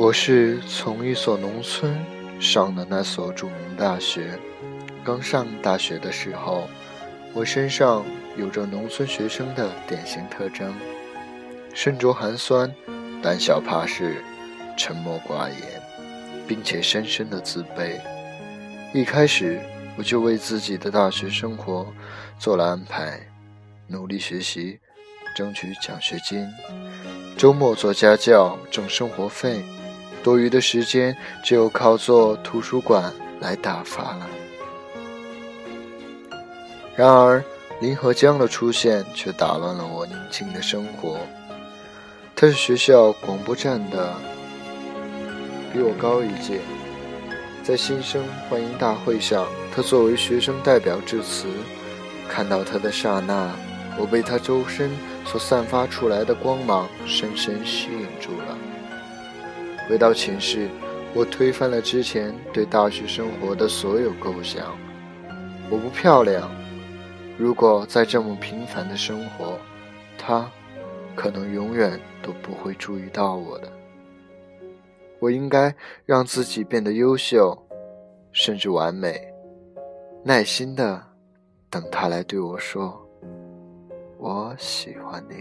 我是从一所农村上的那所著名大学。刚上大学的时候，我身上有着农村学生的典型特征：身着寒酸，胆小怕事，沉默寡言，并且深深的自卑。一开始我就为自己的大学生活做了安排，努力学习，争取奖学金，周末做家教挣生活费，多余的时间只有靠做图书馆来打发了。然而林和江的出现却打乱了我宁静的生活。他是学校广播站的，比我高一届。在新生欢迎大会上，他作为学生代表致辞，看到他的刹那，我被他周身所散发出来的光芒深深吸引住了。回到寝室，我推翻了之前对大学生活的所有构想。我不漂亮，如果再这么平凡的生活，他可能永远都不会注意到我的。我应该让自己变得优秀，甚至完美，耐心地等他来对我说，我喜欢你。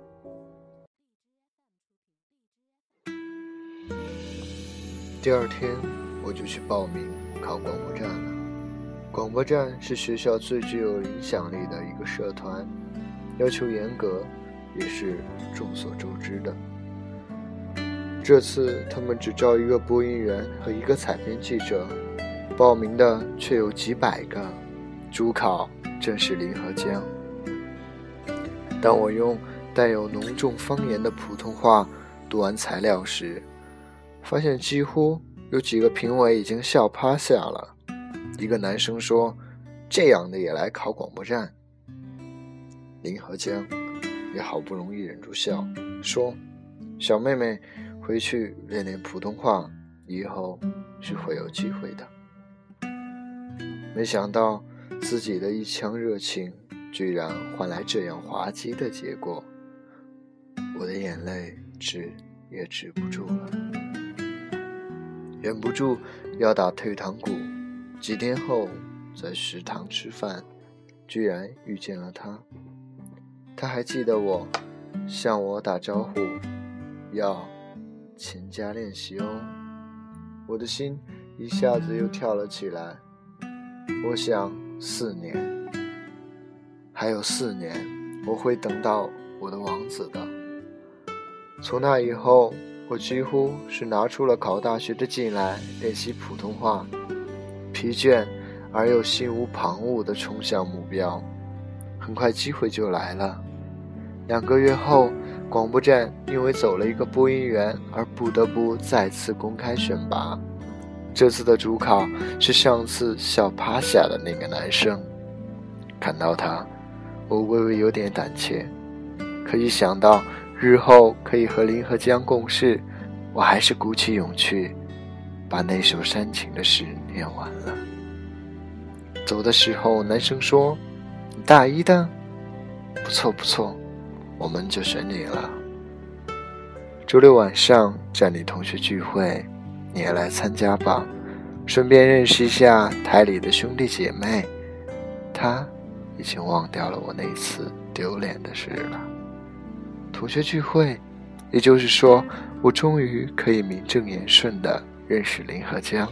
第二天我就去报名考广播站了。广播站是学校最具有影响力的一个社团，要求严格，也是众所周知的。这次他们只招一个播音员和一个采编记者，报名的却有几百个，主考正是林和江。当我用带有浓重方言的普通话读完材料时，发现几乎有几个评委已经笑趴下了。一个男生说，这样的也来考广播站。林和江也好不容易忍住笑，说，小妹妹回去练练普通话，以后是会有机会的。没想到自己的一腔热情居然换来这样滑稽的结果，我的眼泪止也止不住了，忍不住要打退堂鼓。几天后在食堂吃饭，居然遇见了他。他还记得我，向我打招呼，要勤加练习哦。我的心一下子又跳了起来。我想4年，还有4年，我会等到我的王子的。从那以后，我几乎是拿出了考大学的劲来练习普通话，疲倦而又心无旁骛地冲向目标。很快机会就来了。2个月后，广播站因为走了一个播音员而不得不再次公开选拔。这次的主考是上次笑趴下的那个男生。看到他，我微微有点胆怯，可一想到日后可以和林和江共事，我还是鼓起勇气把那首煽情的诗念完了。走的时候，男生说，你大一的？不错不错，我们就选你了。周六晚上站里同学聚会，你也来参加吧，顺便认识一下台里的兄弟姐妹。他已经忘掉了我那次丢脸的事了。同学聚会，也就是说，我终于可以名正言顺地认识林和江。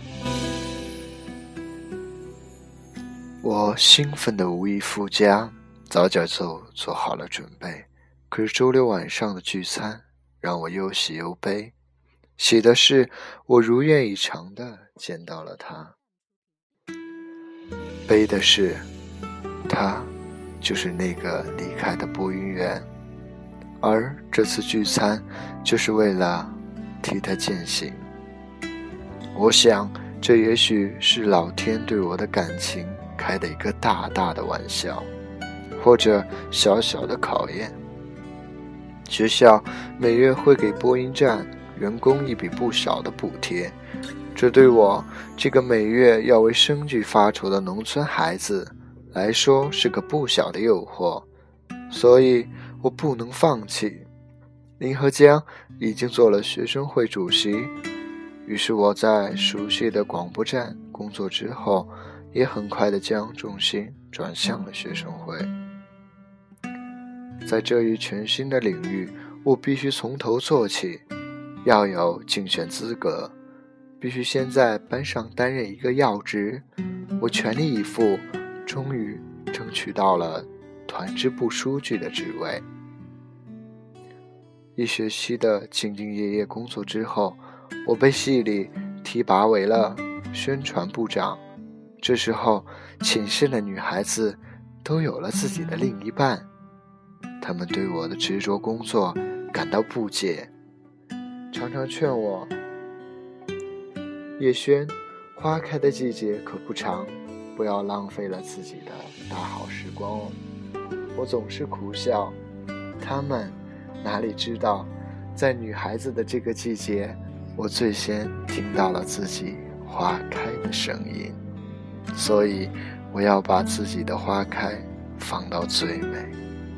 我兴奋得无以复加，早就做好了准备。可是周六晚上的聚餐让我又喜又悲。喜的是我如愿以偿地见到了他，悲的是他就是那个离开的播音员，而这次聚餐就是为了替他践行。我想这也许是老天对我的感情开的一个大大的玩笑，或者小小的考验。学校每月会给播音站员工一笔不少的补贴，这对我这个每月要为生计发愁的农村孩子来说是个不小的诱惑，所以我不能放弃。林和江已经做了学生会主席， 于是我在熟悉的广播站工作之后，也很快地将重心转向了学生会。在这一全新的领域，我必须从头做起，要有竞选资格，必须先在班上担任一个要职。我全力以赴，终于争取到了团支部书记的职位。一学期的兢兢业业工作之后，我被系里提拔为了宣传部长。这时候，寝室的女孩子都有了自己的另一半，她们对我的执着工作感到不解，常常劝我：叶轩，花开的季节可不长，不要浪费了自己的大好时光哦。我总是苦笑，她们哪里知道，在女孩子的这个季节，我最先听到了自己花开的声音，所以我要把自己的花开放到最美。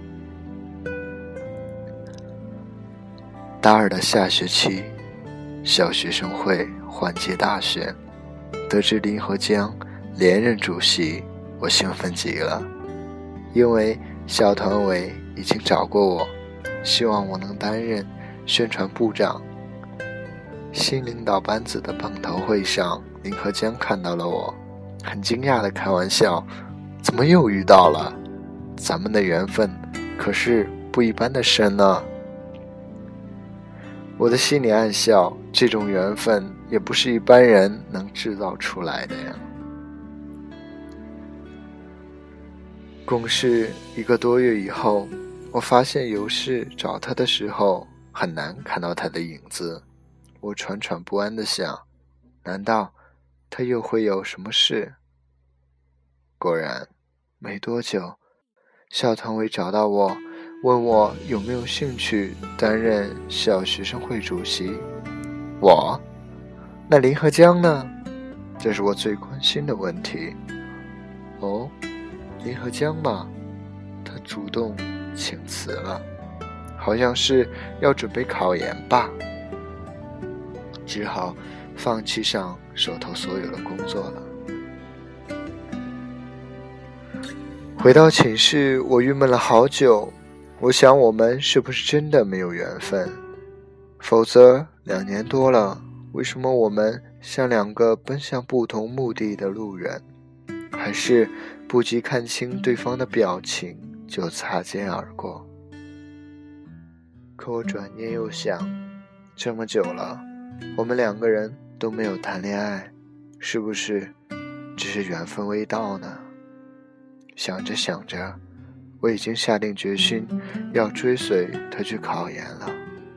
大二的下学期，小学生会换届大选，得知林和江连任主席，我兴奋极了，因为校团委已经找过我，希望我能担任宣传部长。新领导班子的碰头会上，林和江看到了我，很惊讶地开玩笑：怎么又遇到了？咱们的缘分可是不一般的深呢。我的心里暗笑，这种缘分也不是一般人能制造出来的呀。共事1个多月以后，我发现有事找他的时候很难看到他的影子。我喘喘不安地想，难道他又会有什么事？果然，没多久，校团委找到我，问我有没有兴趣担任校学生会主席。我？那林和江呢？这是我最关心的问题。哦，林和江嘛，他主动请辞了，好像是要准备考研吧。只好放弃上手头所有的工作了。回到寝室，我郁闷了好久。我想我们是不是真的没有缘分？否则2年多了，为什么我们像2个奔向不同目的的路人？还是不及看清对方的表情就擦肩而过？可我转念又想，这么久了，我们2个人都没有谈恋爱，是不是只是缘分未到呢？想着想着，我已经下定决心要追随他去考研了。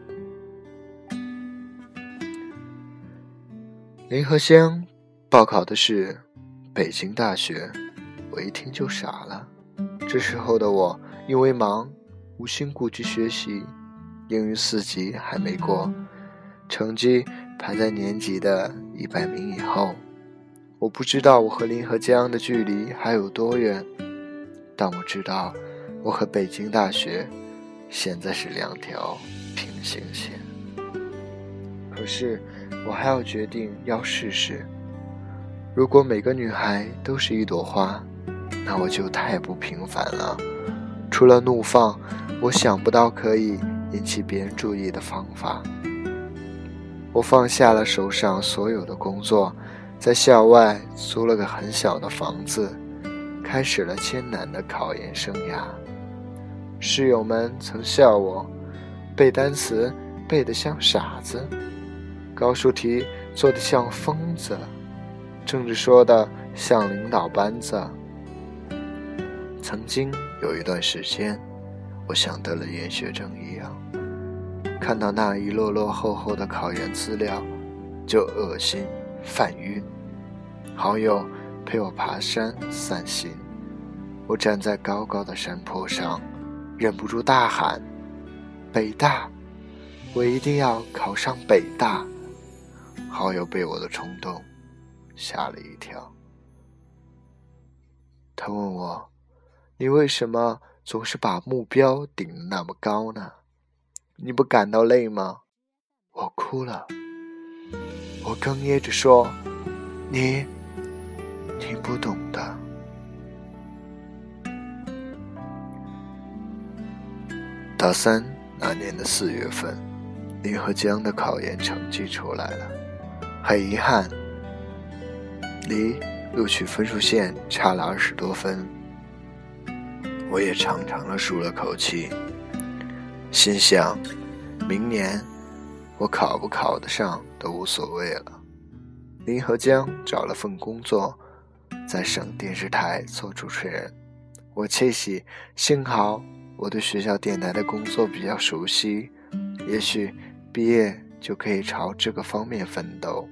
林和湘报考的是北京大学，我一听就傻了。这时候的我因为忙，无心顾及学习，英语4级还没过，成绩排在年级的100名以后。我不知道我和林和江的距离还有多远，但我知道我和北京大学现在是2条平行线。可是我还要决定要试试。如果每个女孩都是一朵花，那我就太不平凡了。除了怒放，我想不到可以引起别人注意的方法。我放下了手上所有的工作，在校外租了个很小的房子，开始了艰难的考研生涯。室友们曾笑我背单词背得像傻子，高数题做得像疯子，政治说的像领导班子。曾经有一段时间，我像得了厌学症一样，看到那一摞摞厚厚的考研资料就恶心犯晕。好友陪我爬山散心，我站在高高的山坡上，忍不住大喊：北大，我一定要考上北大。好友被我的冲动吓了一跳，他问我：你为什么总是把目标顶得那么高呢？你不感到累吗？我哭了。 我哽咽着说：“你不懂的。”大三那年的4月份，林和江的考研成绩出来了，很遗憾，离录取分数线差了20多分。我也长长的舒了口气，心想明年我考不考得上都无所谓了。林和江找了份工作，在省电视台做主持人。我窃喜，幸好我对学校电台的工作比较熟悉，也许毕业就可以朝这个方面奋斗。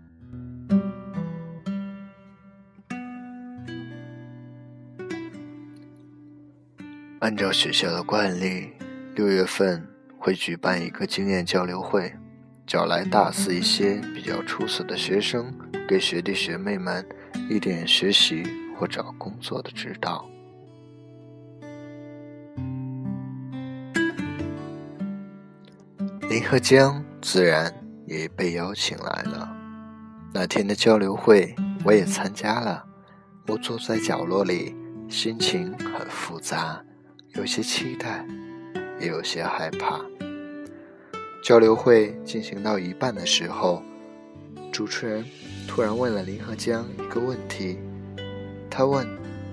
按照学校的惯例，6月份会举办一个经验交流会，找来大四一些比较出色的学生，给学弟学妹们一点学习或找工作的指导。林和江自然也被邀请来了。那天的交流会我也参加了，我坐在角落里，心情很复杂，有些期待，也有些害怕。交流会进行到一半的时候，主持人突然问了林和江一个问题。他问：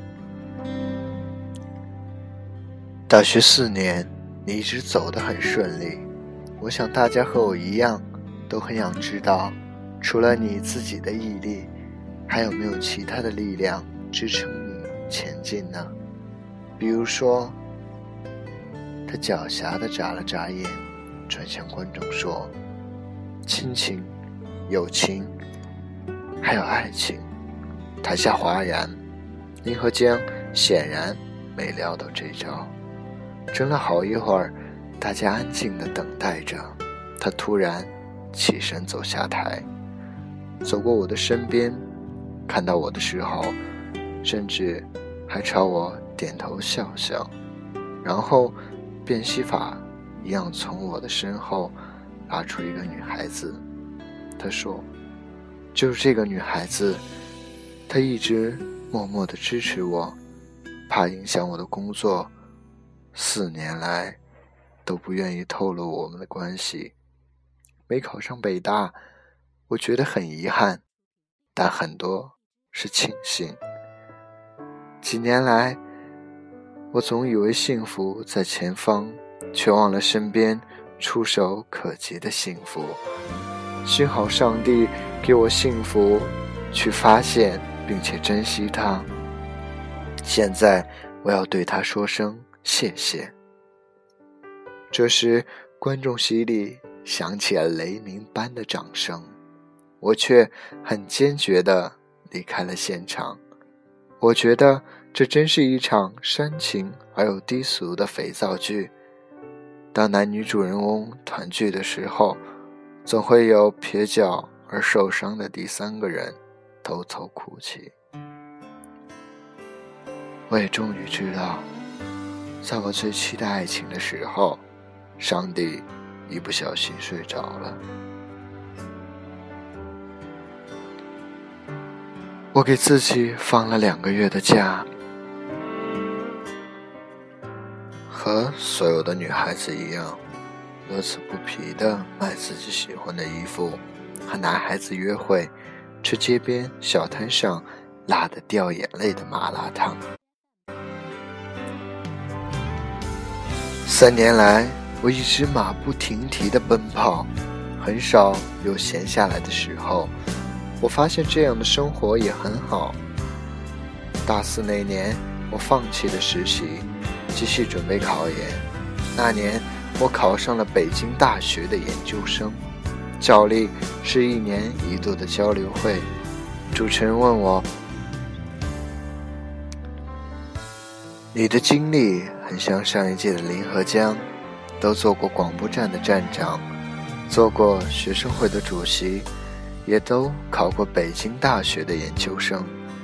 大学4年你一直走得很顺利，我想大家和我一样都很想知道，除了你自己的毅力，还有没有其他的力量支撑你前进呢？比如说，他狡黠地眨了眨眼，转向观众说：亲情、友情，还有爱情。台下哗然，林和江显然没料到这招。争了好一会儿，大家安静地等待着。他突然起身走下台，走过我的身边，看到我的时候，甚至还朝我点头笑笑，然后变戏法一样从我的身后拉出一个女孩子。他说：就是这个女孩子，她一直默默地支持我，怕影响我的工作，4年来都不愿意透露我们的关系。没考上北大，我觉得很遗憾，但很多是庆幸。几年来，我总以为幸福在前方，却忘了身边触手可及的幸福。幸好上帝给我幸福，去发现并且珍惜它。现在我要对他说声谢谢。这时观众席里响起了雷鸣般的掌声，我却很坚决地离开了现场。我觉得这真是一场煽情而又低俗的肥皂剧。当男女主人翁团聚的时候，总会有撇脚而受伤的第3个人偷偷哭泣。我也终于知道，在我最期待爱情的时候，上帝一不小心睡着了。我给自己放了2个月的假，和所有的女孩子一样，乐此不疲地买自己喜欢的衣服，和男孩子约会，吃街边小摊上辣得掉眼泪的麻辣烫。3年来，我一直马不停蹄地奔跑，很少有闲下来的时候。我发现这样的生活也很好。大4那年，我放弃了实习，继续准备考研。那年，我考上了北京大学的研究生。照例是1年1度的交流会，主持人问我：你的经历很像上一届的林和江，都做过广播站的站长，做过学生会的主席，也都考过北京大学的研究生。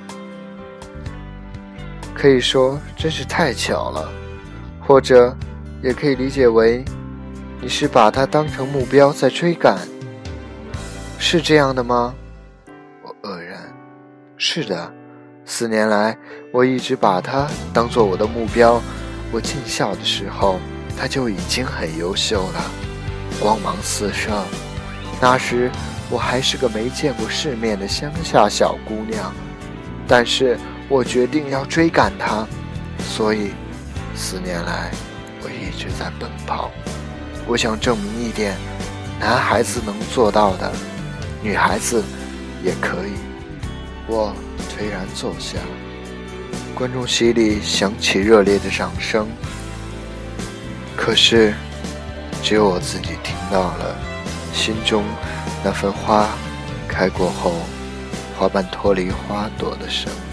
可以说真是太巧了，或者也可以理解为你是把它当成目标在追赶。 是这样的吗？我愕然。是的，4年来，我一直把他当作我的目标。我进校的时候，他就已经很优秀了，光芒四射。那时我还是个没见过世面的乡下小姑娘，但是我决定要追赶他，所以4年来我一直在奔跑。我想证明一点，男孩子能做到的，女孩子也可以。我颓然坐下，观众席里响起热烈的掌声，可是只有我自己听到了心中那份花开过后花瓣脱离花朵的声音。